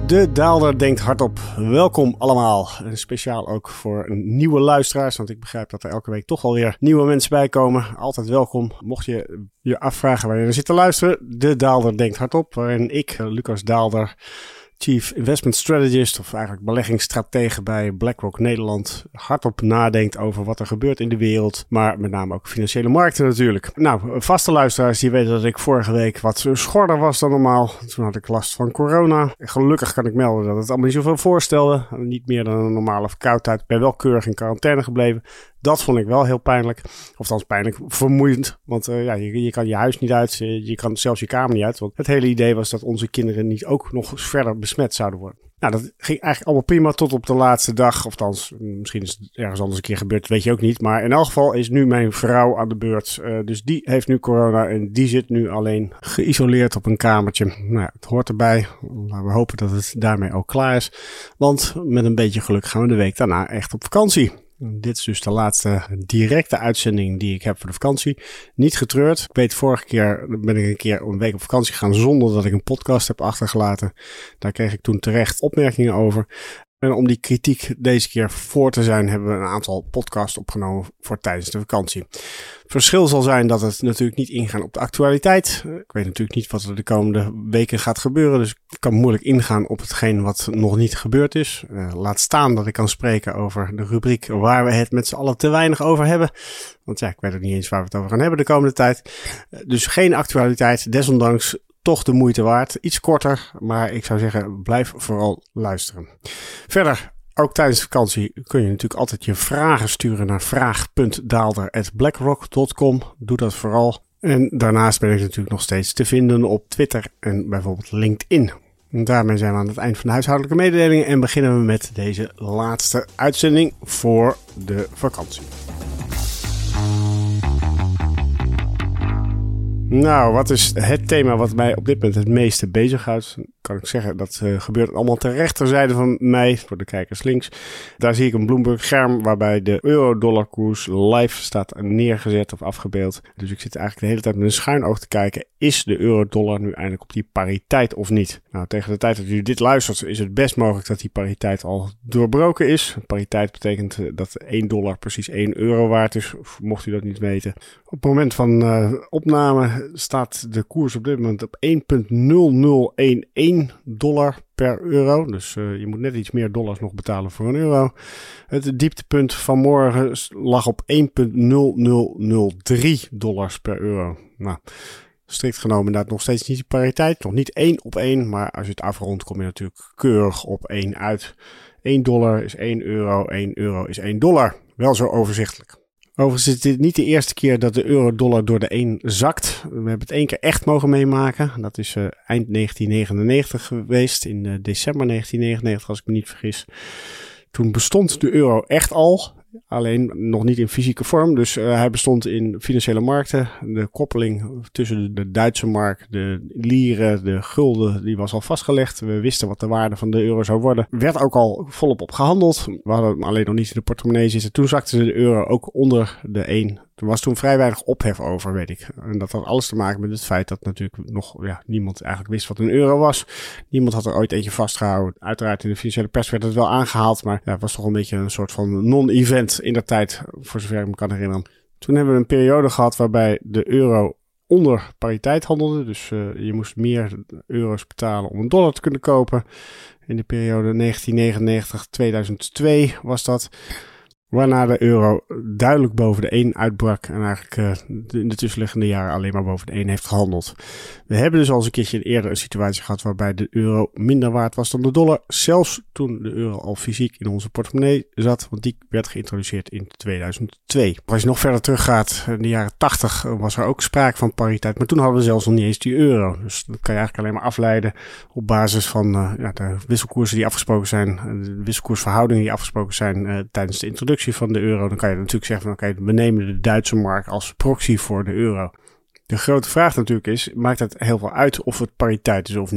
De Daalder denkt hardop. Welkom allemaal. En speciaal ook voor nieuwe luisteraars, want ik begrijp dat er elke week toch alweer nieuwe mensen bij komen. Altijd welkom. Mocht je je afvragen waar je naar zit te luisteren, De Daalder denkt hardop, waarin ik, Lucas Daalder, Chief Investment Strategist, of eigenlijk beleggingsstratege bij BlackRock Nederland, hardop nadenkt over wat er gebeurt in de wereld, maar met name ook financiële markten natuurlijk. Nou, vaste luisteraars die weten dat ik vorige week wat schorder was dan normaal. Toen had ik last van corona. Gelukkig kan ik melden dat het allemaal niet zoveel voorstelde. Niet meer dan een normale verkoudheid. Ik ben wel keurig in quarantaine gebleven. Dat vond ik wel heel pijnlijk. Of althans pijnlijk, vermoeiend. Want je kan je huis niet uit. Je kan zelfs je kamer niet uit. Want het hele idee was dat onze kinderen niet ook nog verder besmet zouden worden. Nou, dat ging eigenlijk allemaal prima tot op de laatste dag. Of althans, misschien is het ergens anders een keer gebeurd. Weet je ook niet. Maar in elk geval is nu mijn vrouw aan de beurt. Dus die heeft nu corona. En die zit nu alleen geïsoleerd op een kamertje. Nou, het hoort erbij. Laten we hopen dat het daarmee ook klaar is. Want met een beetje geluk gaan we de week daarna echt op vakantie. Dit is dus de laatste directe uitzending die ik heb voor de vakantie. Niet getreurd. Ik weet, vorige keer ben ik een keer een week op vakantie gegaan zonder dat ik een podcast heb achtergelaten. Daar kreeg ik toen terecht opmerkingen over. En om die kritiek deze keer voor te zijn, hebben we een aantal podcasts opgenomen voor tijdens de vakantie. Verschil zal zijn dat het natuurlijk niet ingaan op de actualiteit. Ik weet natuurlijk niet wat er de komende weken gaat gebeuren, dus ik kan moeilijk ingaan op hetgeen wat nog niet gebeurd is. Laat staan dat ik kan spreken over de rubriek waar we het met z'n allen te weinig over hebben. Want ja, ik weet ook niet eens waar we het over gaan hebben de komende tijd. Dus geen actualiteit, desondanks toch de moeite waard. Iets korter, maar ik zou zeggen, blijf vooral luisteren. Verder, ook tijdens de vakantie kun je natuurlijk altijd je vragen sturen naar vraag.daalder@blackrock.com. Doe dat vooral. En daarnaast ben ik natuurlijk nog steeds te vinden op Twitter en bijvoorbeeld LinkedIn. En daarmee zijn we aan het eind van de huishoudelijke mededelingen en beginnen we met deze laatste uitzending voor de vakantie. Nou, wat is het thema wat mij op dit moment het meeste bezighoudt? Kan ik zeggen, dat gebeurt allemaal ter rechterzijde van mij, voor de kijkers links. Daar zie ik een Bloomberg-scherm waarbij de euro-dollar-koers live staat neergezet of afgebeeld. Dus ik zit eigenlijk de hele tijd met een schuin oog te kijken, is de euro-dollar nu eindelijk op die pariteit of niet? Nou, tegen de tijd dat u dit luistert is het best mogelijk dat die pariteit al doorbroken is. Pariteit betekent dat 1 dollar precies 1 euro waard is, mocht u dat niet weten. Op het moment van opname staat de koers op dit moment op 1,0011 dollar per euro. Dus je moet net iets meer dollars nog betalen voor een euro. Het dieptepunt van morgen lag op 1,0003 dollars per euro. Nou, strikt genomen inderdaad nog steeds niet die pariteit. Nog niet 1 op 1, maar als je het afrondt kom je natuurlijk keurig op 1 uit. 1 dollar is 1 euro, 1 euro is 1 dollar. Wel zo overzichtelijk. Overigens is dit niet de eerste keer dat de euro-dollar door de 1 zakt. We hebben het 1 keer echt mogen meemaken. Dat is eind 1999 geweest, in december 1999 als ik me niet vergis. Toen bestond de euro echt al, alleen nog niet in fysieke vorm. Dus hij bestond in financiële markten. De koppeling tussen de Duitse mark, de lieren, de gulden, die was al vastgelegd. We wisten wat de waarde van de euro zou worden. Werd ook al volop op gehandeld. We hadden hem alleen nog niet in de portemonnee zitten. Toen zakte de euro ook onder de 1. Er was toen vrij weinig ophef over, weet ik. En dat had alles te maken met het feit dat natuurlijk nog niemand eigenlijk wist wat een euro was. Niemand had er ooit eentje vastgehouden. Uiteraard in de financiële pers werd het wel aangehaald, maar het was toch een beetje een soort van non-event in der tijd, voor zover ik me kan herinneren. Toen hebben we een periode gehad waarbij de euro onder pariteit handelde. Dus je moest meer euro's betalen om een dollar te kunnen kopen. In de periode 1999-2002 was dat. Waarna de euro duidelijk boven de 1 uitbrak en eigenlijk in de tussenliggende jaren alleen maar boven de 1 heeft gehandeld. We hebben dus al eens een keertje eerder een situatie gehad waarbij de euro minder waard was dan de dollar. Zelfs toen de euro al fysiek in onze portemonnee zat, want die werd geïntroduceerd in 2002. Als je nog verder teruggaat, in de jaren 80 was er ook sprake van pariteit, maar toen hadden we zelfs nog niet eens die euro. Dus dat kan je eigenlijk alleen maar afleiden op basis van de wisselkoersen die afgesproken zijn, de wisselkoersverhoudingen die afgesproken zijn tijdens de introductie van de euro. Dan kan je natuurlijk zeggen van we nemen de Duitse mark als proxy voor de euro. De grote vraag natuurlijk is, maakt het heel veel uit of het pariteit is of niet?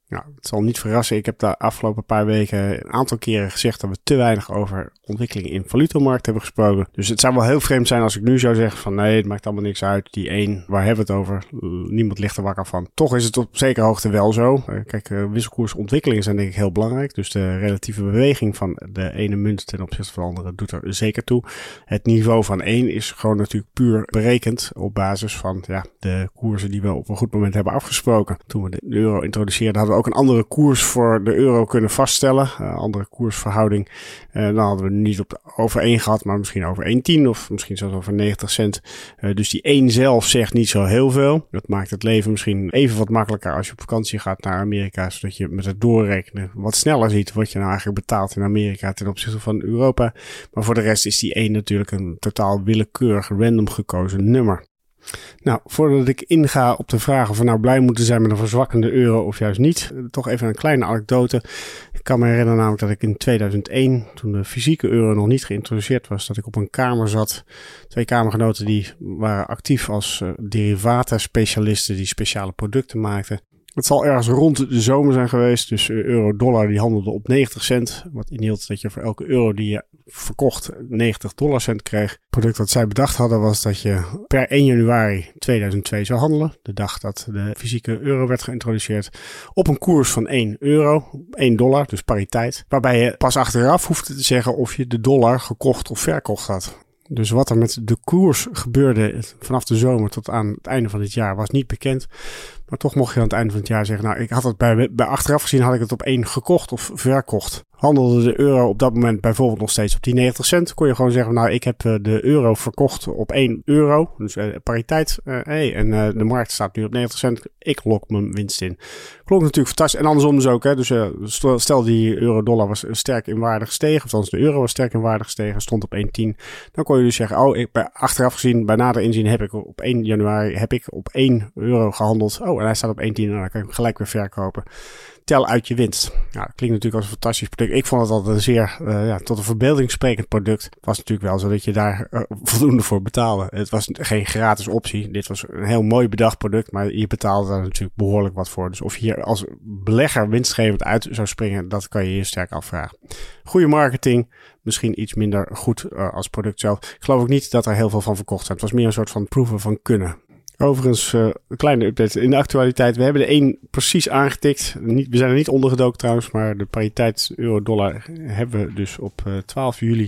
Nou, het zal niet verrassen. Ik heb de afgelopen paar weken een aantal keren gezegd dat we te weinig over ontwikkelingen in valutamarkt hebben gesproken. Dus het zou wel heel vreemd zijn als ik nu zou zeggen van nee, het maakt allemaal niks uit. Die 1, waar hebben we het over? Niemand ligt er wakker van. Toch is het op zekere hoogte wel zo. Kijk, wisselkoersontwikkelingen zijn denk ik heel belangrijk. Dus de relatieve beweging van de ene munt ten opzichte van de andere doet er zeker toe. Het niveau van 1 is gewoon natuurlijk puur berekend op basis van de koersen die we op een goed moment hebben afgesproken. Toen we de euro introduceerden hadden we ook een andere koers voor de euro kunnen vaststellen. Andere koersverhouding. Dan hadden we niet over 1 gehad, maar misschien over 1,10 of misschien zelfs over 90 cent. Dus die 1 zelf zegt niet zo heel veel. Dat maakt het leven misschien even wat makkelijker als je op vakantie gaat naar Amerika, zodat je met het doorrekenen wat sneller ziet wat je nou eigenlijk betaalt in Amerika ten opzichte van Europa. Maar voor de rest is die 1 natuurlijk een totaal willekeurig random gekozen nummer. Nou, voordat ik inga op de vraag of we nou blij moeten zijn met een verzwakkende euro of juist niet, toch even een kleine anekdote. Ik kan me herinneren namelijk dat ik in 2001, toen de fysieke euro nog niet geïntroduceerd was, dat ik op een kamer zat. 2 kamergenoten die waren actief als derivatenspecialisten die speciale producten maakten. Het zal ergens rond de zomer zijn geweest, dus euro-dollar die handelde op 90 cent. Wat inhield dat je voor elke euro die je verkocht 90 dollarcent kreeg. Het product dat zij bedacht hadden was dat je per 1 januari 2002 zou handelen. De dag dat de fysieke euro werd geïntroduceerd. Op een koers van 1 euro, 1 dollar, dus pariteit. Waarbij je pas achteraf hoefde te zeggen of je de dollar gekocht of verkocht had. Dus wat er met de koers gebeurde vanaf de zomer tot aan het einde van dit jaar was niet bekend. Maar toch mocht je aan het einde van het jaar zeggen, nou, ik had het bij achteraf gezien had ik het op 1 gekocht of verkocht. Handelde de euro op dat moment bijvoorbeeld nog steeds op die 90 cent, kon je gewoon zeggen, nou, ik heb de euro verkocht op 1 euro, dus pariteit. En de markt staat nu op 90 cent, ik lok mijn winst in. Klonk natuurlijk fantastisch. En andersom dus ook, hè. Dus stel die euro-dollar was sterk in waarde gestegen, of althans de euro was sterk in waarde gestegen, stond op 1,10. Dan kon je dus zeggen, achteraf gezien, bij nader inzien heb ik op 1 januari op 1 euro gehandeld. Oh, en hij staat op 1,10 en dan kan je hem gelijk weer verkopen. Tel uit je winst. Nou, dat klinkt natuurlijk als een fantastisch product. Ik vond het altijd een zeer tot een verbeelding sprekend product. Het was natuurlijk wel zo dat je daar voldoende voor betaalde. Het was geen gratis optie. Dit was een heel mooi bedacht product, maar je betaalde daar natuurlijk behoorlijk wat voor. Dus of je hier als belegger winstgevend uit zou springen, dat kan je je sterk afvragen. Goede marketing, misschien iets minder goed als product zelf. Ik geloof ook niet dat er heel veel van verkocht zijn. Het was meer een soort van proeven van kunnen. Overigens, een kleine update in de actualiteit. We hebben de 1 precies aangetikt. We zijn er niet ondergedoken trouwens, maar de pariteit euro-dollar hebben we dus op 12 juli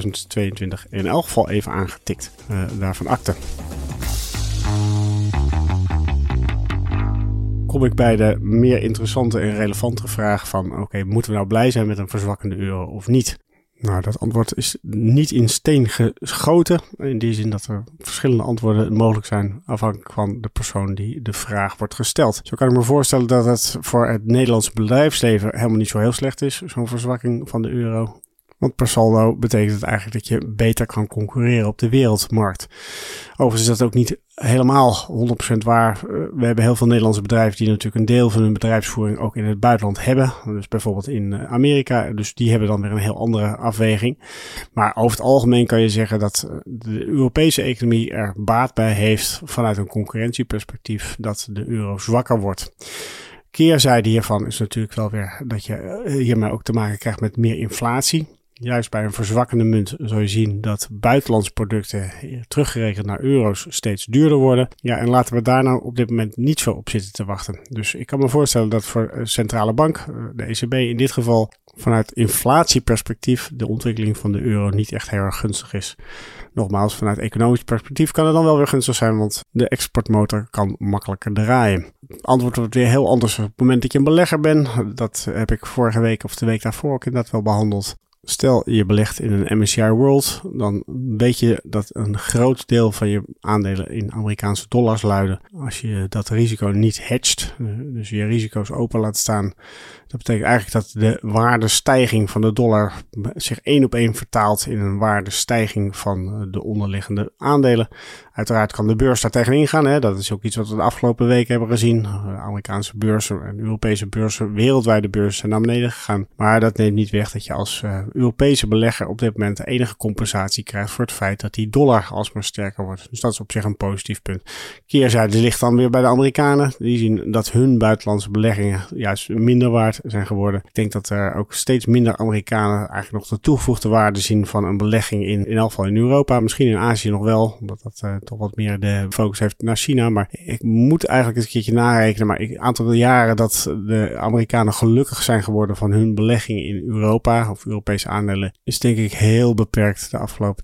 2022 in elk geval even aangetikt. Daarvan akte. Kom ik bij de meer interessante en relevante vraag van, oké, moeten we nou blij zijn met een verzwakkende euro of niet? Nou, dat antwoord is niet in steen gegoten. In die zin dat er verschillende antwoorden mogelijk zijn afhankelijk van de persoon die de vraag wordt gesteld. Zo kan ik me voorstellen dat het voor het Nederlandse bedrijfsleven helemaal niet zo heel slecht is, zo'n verzwakking van de euro. Want per saldo betekent het eigenlijk dat je beter kan concurreren op de wereldmarkt. Overigens is dat ook niet helemaal 100% waar. We hebben heel veel Nederlandse bedrijven die natuurlijk een deel van hun bedrijfsvoering ook in het buitenland hebben. Dus bijvoorbeeld in Amerika. Dus die hebben dan weer een heel andere afweging. Maar over het algemeen kan je zeggen dat de Europese economie er baat bij heeft vanuit een concurrentieperspectief dat de euro zwakker wordt. Keerzijde hiervan is natuurlijk wel weer dat je hiermee ook te maken krijgt met meer inflatie. Juist bij een verzwakkende munt zul je zien dat buitenlandse producten teruggerekend naar euro's steeds duurder worden. Ja, en laten we daar nou op dit moment niet zo op zitten te wachten. Dus ik kan me voorstellen dat voor de centrale bank, de ECB in dit geval, vanuit inflatieperspectief de ontwikkeling van de euro niet echt heel erg gunstig is. Nogmaals, vanuit economisch perspectief kan het dan wel weer gunstig zijn, want de exportmotor kan makkelijker draaien. Het antwoord wordt weer heel anders op het moment dat je een belegger bent. Dat heb ik vorige week of de week daarvoor ook inderdaad wel behandeld. Stel je belegt in een MSCI World, dan weet je dat een groot deel van je aandelen in Amerikaanse dollars luiden. Als je dat risico niet hedgt, dus je risico's open laat staan, dat betekent eigenlijk dat de waardestijging van de dollar zich 1 op 1 vertaalt in een waardestijging van de onderliggende aandelen. Uiteraard kan de beurs daar tegenin gaan. Hè? Dat is ook iets wat we de afgelopen weken hebben gezien. Amerikaanse beurzen en Europese beurzen, wereldwijde beurzen zijn naar beneden gegaan. Maar dat neemt niet weg dat je als Europese belegger op dit moment de enige compensatie krijgt voor het feit dat die dollar alsmaar sterker wordt. Dus dat is op zich een positief punt. Keerzijde ligt dan weer bij de Amerikanen. Die zien dat hun buitenlandse beleggingen juist minder waard zijn geworden. Ik denk dat er ook steeds minder Amerikanen eigenlijk nog de toegevoegde waarde zien van een belegging in elk geval in Europa. Misschien in Azië nog wel, omdat dat toch wat meer de focus heeft naar China. Maar ik moet eigenlijk eens een keertje narekenen. Maar een aantal jaren dat de Amerikanen gelukkig zijn geworden van hun belegging in Europa of Europese aandelen is denk ik heel beperkt de afgelopen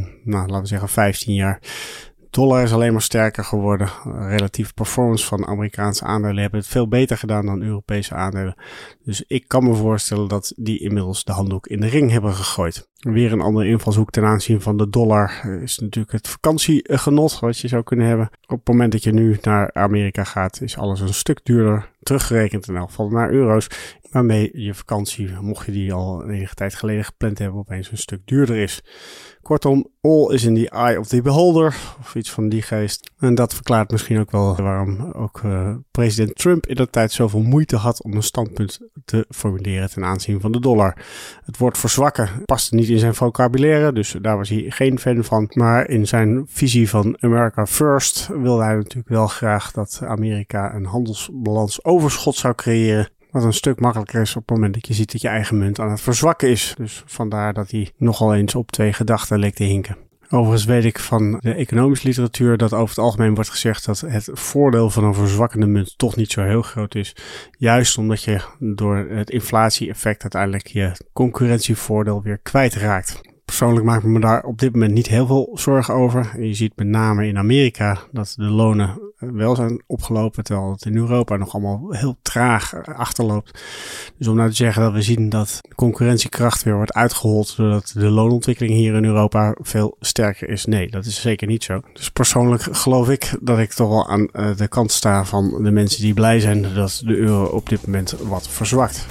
15 jaar. Dollar is alleen maar sterker geworden. Relatieve performance van Amerikaanse aandelen hebben het veel beter gedaan dan Europese aandelen. Dus ik kan me voorstellen dat die inmiddels de handdoek in de ring hebben gegooid. Weer een andere invalshoek ten aanzien van de dollar is natuurlijk het vakantiegenot wat je zou kunnen hebben. Op het moment dat je nu naar Amerika gaat is alles een stuk duurder. Teruggerekend in elk geval naar euro's. Waarmee je vakantie, mocht je die al enige tijd geleden gepland hebben, opeens een stuk duurder is. Kortom, all is in the eye of the beholder, of iets van die geest. En dat verklaart misschien ook wel waarom ook president Trump in dat tijd zoveel moeite had om een standpunt te formuleren ten aanzien van de dollar. Het woord verzwakken paste niet in zijn vocabulaire, dus daar was hij geen fan van. Maar in zijn visie van America First wilde hij natuurlijk wel graag dat Amerika een handelsbalansoverschot zou creëren. Wat een stuk makkelijker is op het moment dat je ziet dat je eigen munt aan het verzwakken is. Dus vandaar dat hij nogal eens op twee gedachten leek te hinken. Overigens weet ik van de economische literatuur dat over het algemeen wordt gezegd dat het voordeel van een verzwakkende munt toch niet zo heel groot is. Juist omdat je door het inflatie-effect uiteindelijk je concurrentievoordeel weer kwijtraakt. Persoonlijk maak ik me daar op dit moment niet heel veel zorgen over. En je ziet met name in Amerika dat de lonen wel zijn opgelopen, terwijl het in Europa nog allemaal heel traag achterloopt. Dus om nou te zeggen dat we zien dat de concurrentiekracht weer wordt uitgehold doordat de loonontwikkeling hier in Europa veel sterker is. Nee, dat is zeker niet zo. Dus persoonlijk geloof ik dat ik toch wel aan de kant sta van de mensen die blij zijn dat de euro op dit moment wat verzwakt.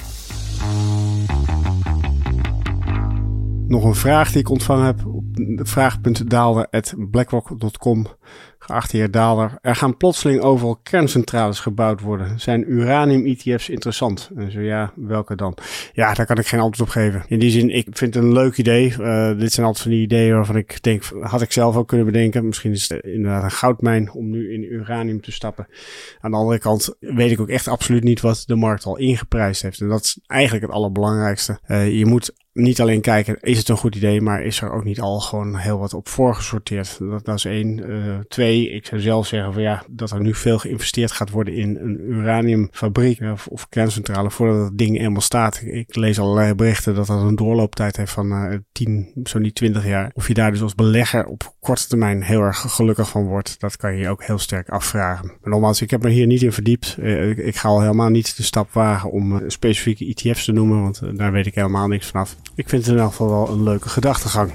Nog een vraag die ik ontvangen heb op vraag.daalder@blackrock.com. Geachte heer Daalder, er gaan plotseling overal kerncentrales gebouwd worden. Zijn uranium-ETF's interessant? En zo ja, welke dan? Ja, daar kan ik geen antwoord op geven. In die zin, ik vind het een leuk idee. Dit zijn altijd van die ideeën waarvan ik denk, had ik zelf ook kunnen bedenken. Misschien is het inderdaad een goudmijn om nu in uranium te stappen. Aan de andere kant weet ik ook echt absoluut niet wat de markt al ingeprijsd heeft. En dat is eigenlijk het allerbelangrijkste. Je moet niet alleen kijken, is het een goed idee, maar is er ook niet al gewoon heel wat op voorgesorteerd? Dat is 1. 2, ik zou zelf zeggen van ja, dat er nu veel geïnvesteerd gaat worden in een uraniumfabriek of kerncentrale voordat het ding eenmaal staat. Ik lees allerlei berichten dat dat een doorlooptijd heeft van 10, zo niet 20 jaar. Of je daar dus als belegger op korte termijn heel erg gelukkig van wordt, dat kan je je ook heel sterk afvragen. Maar nogmaals, ik heb me hier niet in verdiept. Ik ga al helemaal niet de stap wagen om specifieke ETF's te noemen, want daar weet ik helemaal niks vanaf. Ik vind het in elk geval wel een leuke gedachtegang.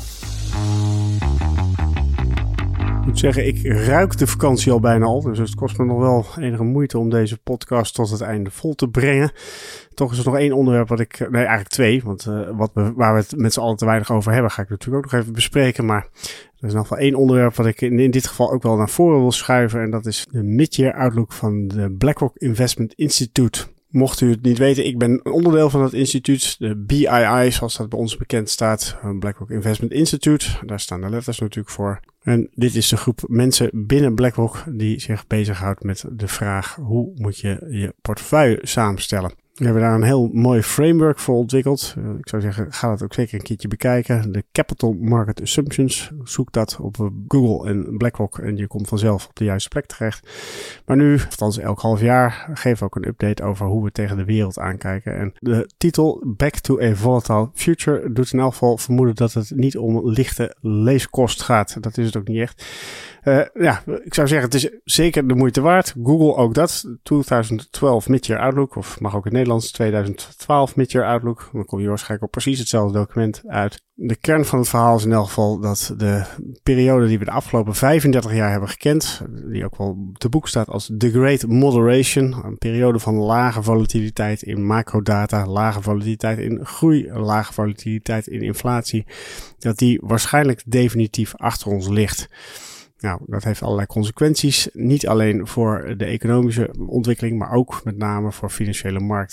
Ik moet zeggen, ik ruik de vakantie al bijna al. Dus het kost me nog wel enige moeite om deze podcast tot het einde vol te brengen. Toch is er nog één onderwerp wat ik... Nee, eigenlijk twee. Want waar we het met z'n allen te weinig over hebben, ga ik natuurlijk ook nog even bespreken. Maar er is nog wel één onderwerp wat ik in dit geval ook wel naar voren wil schuiven. En dat is de mid-year outlook van de BlackRock Investment Institute. Mocht u het niet weten, ik ben een onderdeel van dat instituut, de BII, zoals dat bij ons bekend staat, BlackRock Investment Institute. Daar staan de letters natuurlijk voor. En dit is de groep mensen binnen BlackRock die zich bezighoudt met de vraag, hoe moet je je portefeuille samenstellen? We hebben daar een heel mooi framework voor ontwikkeld. Ik zou zeggen, ga dat ook zeker een keertje bekijken. De Capital Market Assumptions. Zoek dat op Google en BlackRock en je komt vanzelf op de juiste plek terecht. Maar nu, althans elk half jaar, geven we ook een update over hoe we tegen de wereld aankijken. En de titel Back to a Volatile Future doet in elk geval vermoeden dat het niet om lichte leeskost gaat. Dat is het ook niet echt. Ik zou zeggen, het is zeker de moeite waard. Google ook dat. 2012 Mid-Year Outlook, of mag ook in het Nederlands 2012 Mid-Year Outlook. Dan kom je waarschijnlijk op precies hetzelfde document uit. De kern van het verhaal is in elk geval dat de periode die we de afgelopen 35 jaar hebben gekend, die ook wel te boek staat als The Great Moderation, een periode van lage volatiliteit in macrodata, lage volatiliteit in groei, lage volatiliteit in inflatie, dat die waarschijnlijk definitief achter ons ligt. Nou, dat heeft allerlei consequenties, niet alleen voor de economische ontwikkeling, maar ook met name voor financiële markten.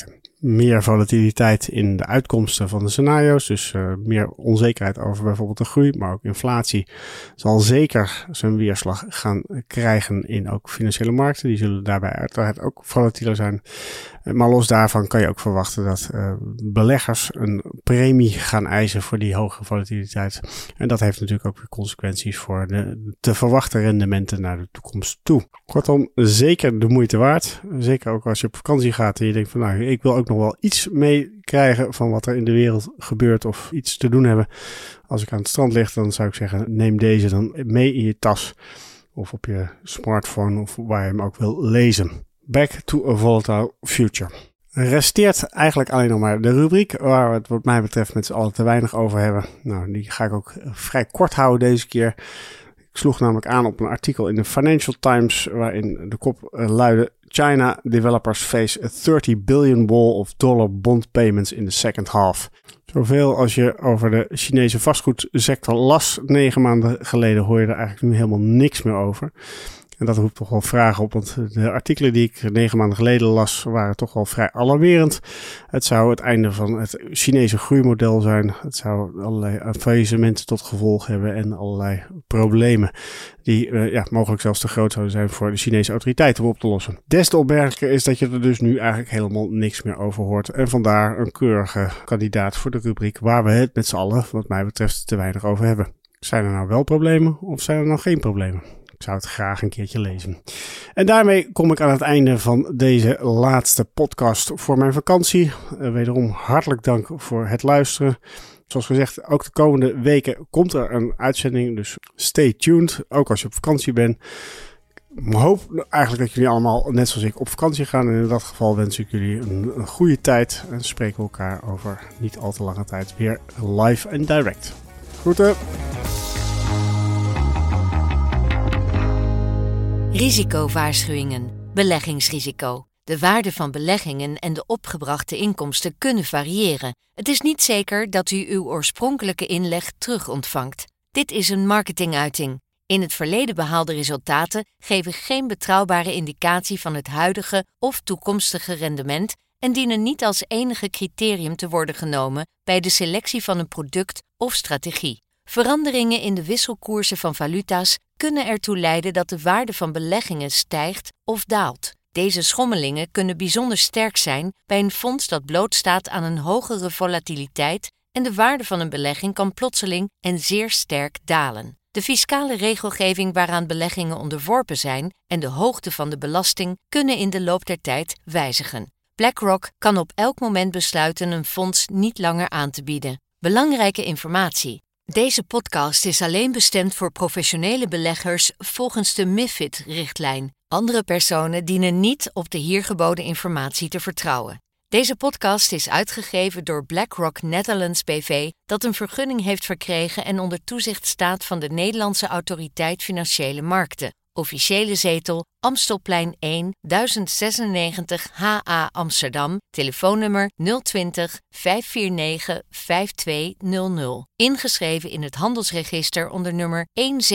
meer volatiliteit in de uitkomsten van de scenario's. Dus meer onzekerheid over bijvoorbeeld de groei, maar ook inflatie zal zeker zijn weerslag gaan krijgen in ook financiële markten. Die zullen daarbij uiteraard ook volatieler zijn. Maar los daarvan kan je ook verwachten dat beleggers een premie gaan eisen voor die hogere volatiliteit. En dat heeft natuurlijk ook weer consequenties voor de te verwachten rendementen naar de toekomst toe. Kortom, zeker de moeite waard. Zeker ook als je op vakantie gaat en je denkt van nou, ik wil ook nog wel iets meekrijgen van wat er in de wereld gebeurt of iets te doen hebben. Als ik aan het strand lig, dan zou ik zeggen, neem deze dan mee in je tas of op je smartphone of waar je hem ook wil lezen. Back to a volatile future. Resteert eigenlijk alleen nog maar de rubriek waar we het wat mij betreft met z'n allen te weinig over hebben. Nou, die ga ik ook vrij kort houden deze keer. Ik sloeg namelijk aan op een artikel in de Financial Times waarin de kop luidde: China developers face a $30 billion wall of dollar bond payments in the second half. Zoveel als je over de Chinese vastgoedsector las 9 maanden geleden, hoor je er eigenlijk nu helemaal niks meer over. En dat roept toch wel vragen op, want de artikelen die ik 9 maanden geleden las waren toch wel vrij alarmerend. Het zou het einde van het Chinese groeimodel zijn. Het zou allerlei faillissementen tot gevolg hebben en allerlei problemen die mogelijk zelfs te groot zouden zijn voor de Chinese autoriteiten om op te lossen. Des te opmerkelijker is dat je er dus nu eigenlijk helemaal niks meer over hoort. En vandaar een keurige kandidaat voor de rubriek waar we het met z'n allen, wat mij betreft, te weinig over hebben. Zijn er nou wel problemen of zijn er nou geen problemen? Ik zou het graag een keertje lezen. En daarmee kom ik aan het einde van deze laatste podcast voor mijn vakantie. Wederom hartelijk dank voor het luisteren. Zoals gezegd, ook de komende weken komt er een uitzending, dus stay tuned, ook als je op vakantie bent. Ik hoop eigenlijk dat jullie allemaal, net zoals ik, op vakantie gaan. En in dat geval wens ik jullie een goede tijd en spreken we elkaar over niet al te lange tijd weer live en direct. Groeten! Risicowaarschuwingen. Beleggingsrisico. De waarde van beleggingen en de opgebrachte inkomsten kunnen variëren. Het is niet zeker dat u uw oorspronkelijke inleg terugontvangt. Dit is een marketinguiting. In het verleden behaalde resultaten geven geen betrouwbare indicatie van het huidige of toekomstige rendement en dienen niet als enige criterium te worden genomen bij de selectie van een product of strategie. Veranderingen in de wisselkoersen van valuta's kunnen ertoe leiden dat de waarde van beleggingen stijgt of daalt. Deze schommelingen kunnen bijzonder sterk zijn bij een fonds dat blootstaat aan een hogere volatiliteit en de waarde van een belegging kan plotseling en zeer sterk dalen. De fiscale regelgeving waaraan beleggingen onderworpen zijn en de hoogte van de belasting kunnen in de loop der tijd wijzigen. BlackRock kan op elk moment besluiten een fonds niet langer aan te bieden. Belangrijke informatie. Deze podcast is alleen bestemd voor professionele beleggers volgens de MiFID-richtlijn. Andere personen dienen niet op de hier geboden informatie te vertrouwen. Deze podcast is uitgegeven door BlackRock Netherlands BV, dat een vergunning heeft verkregen en onder toezicht staat van de Nederlandse Autoriteit Financiële Markten. Officiële zetel Amstelplein 1, 1096 HA Amsterdam, telefoonnummer 020 549 5200. Ingeschreven in het handelsregister onder nummer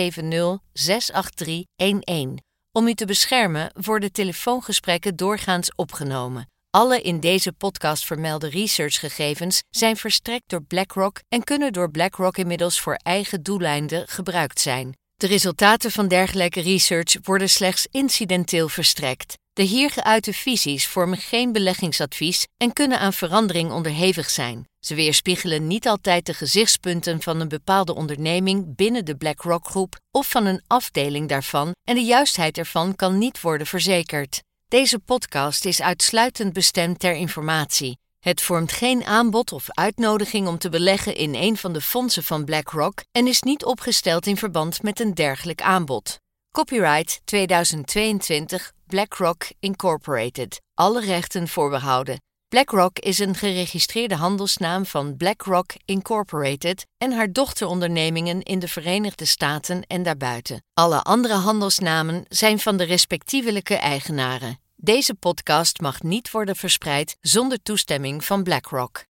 1706831. Om u te beschermen worden telefoongesprekken doorgaans opgenomen. Alle in deze podcast vermelde researchgegevens zijn verstrekt door BlackRock en kunnen door BlackRock inmiddels voor eigen doeleinden gebruikt zijn. De resultaten van dergelijke research worden slechts incidenteel verstrekt. De hier geuite visies vormen geen beleggingsadvies en kunnen aan verandering onderhevig zijn. Ze weerspiegelen niet altijd de gezichtspunten van een bepaalde onderneming binnen de BlackRock-groep of van een afdeling daarvan en de juistheid ervan kan niet worden verzekerd. Deze podcast is uitsluitend bestemd ter informatie. Het vormt geen aanbod of uitnodiging om te beleggen in een van de fondsen van BlackRock en is niet opgesteld in verband met een dergelijk aanbod. Copyright 2022 BlackRock Incorporated. Alle rechten voorbehouden. BlackRock is een geregistreerde handelsnaam van BlackRock Incorporated en haar dochterondernemingen in de Verenigde Staten en daarbuiten. Alle andere handelsnamen zijn van de respectievelijke eigenaren. Deze podcast mag niet worden verspreid zonder toestemming van BlackRock.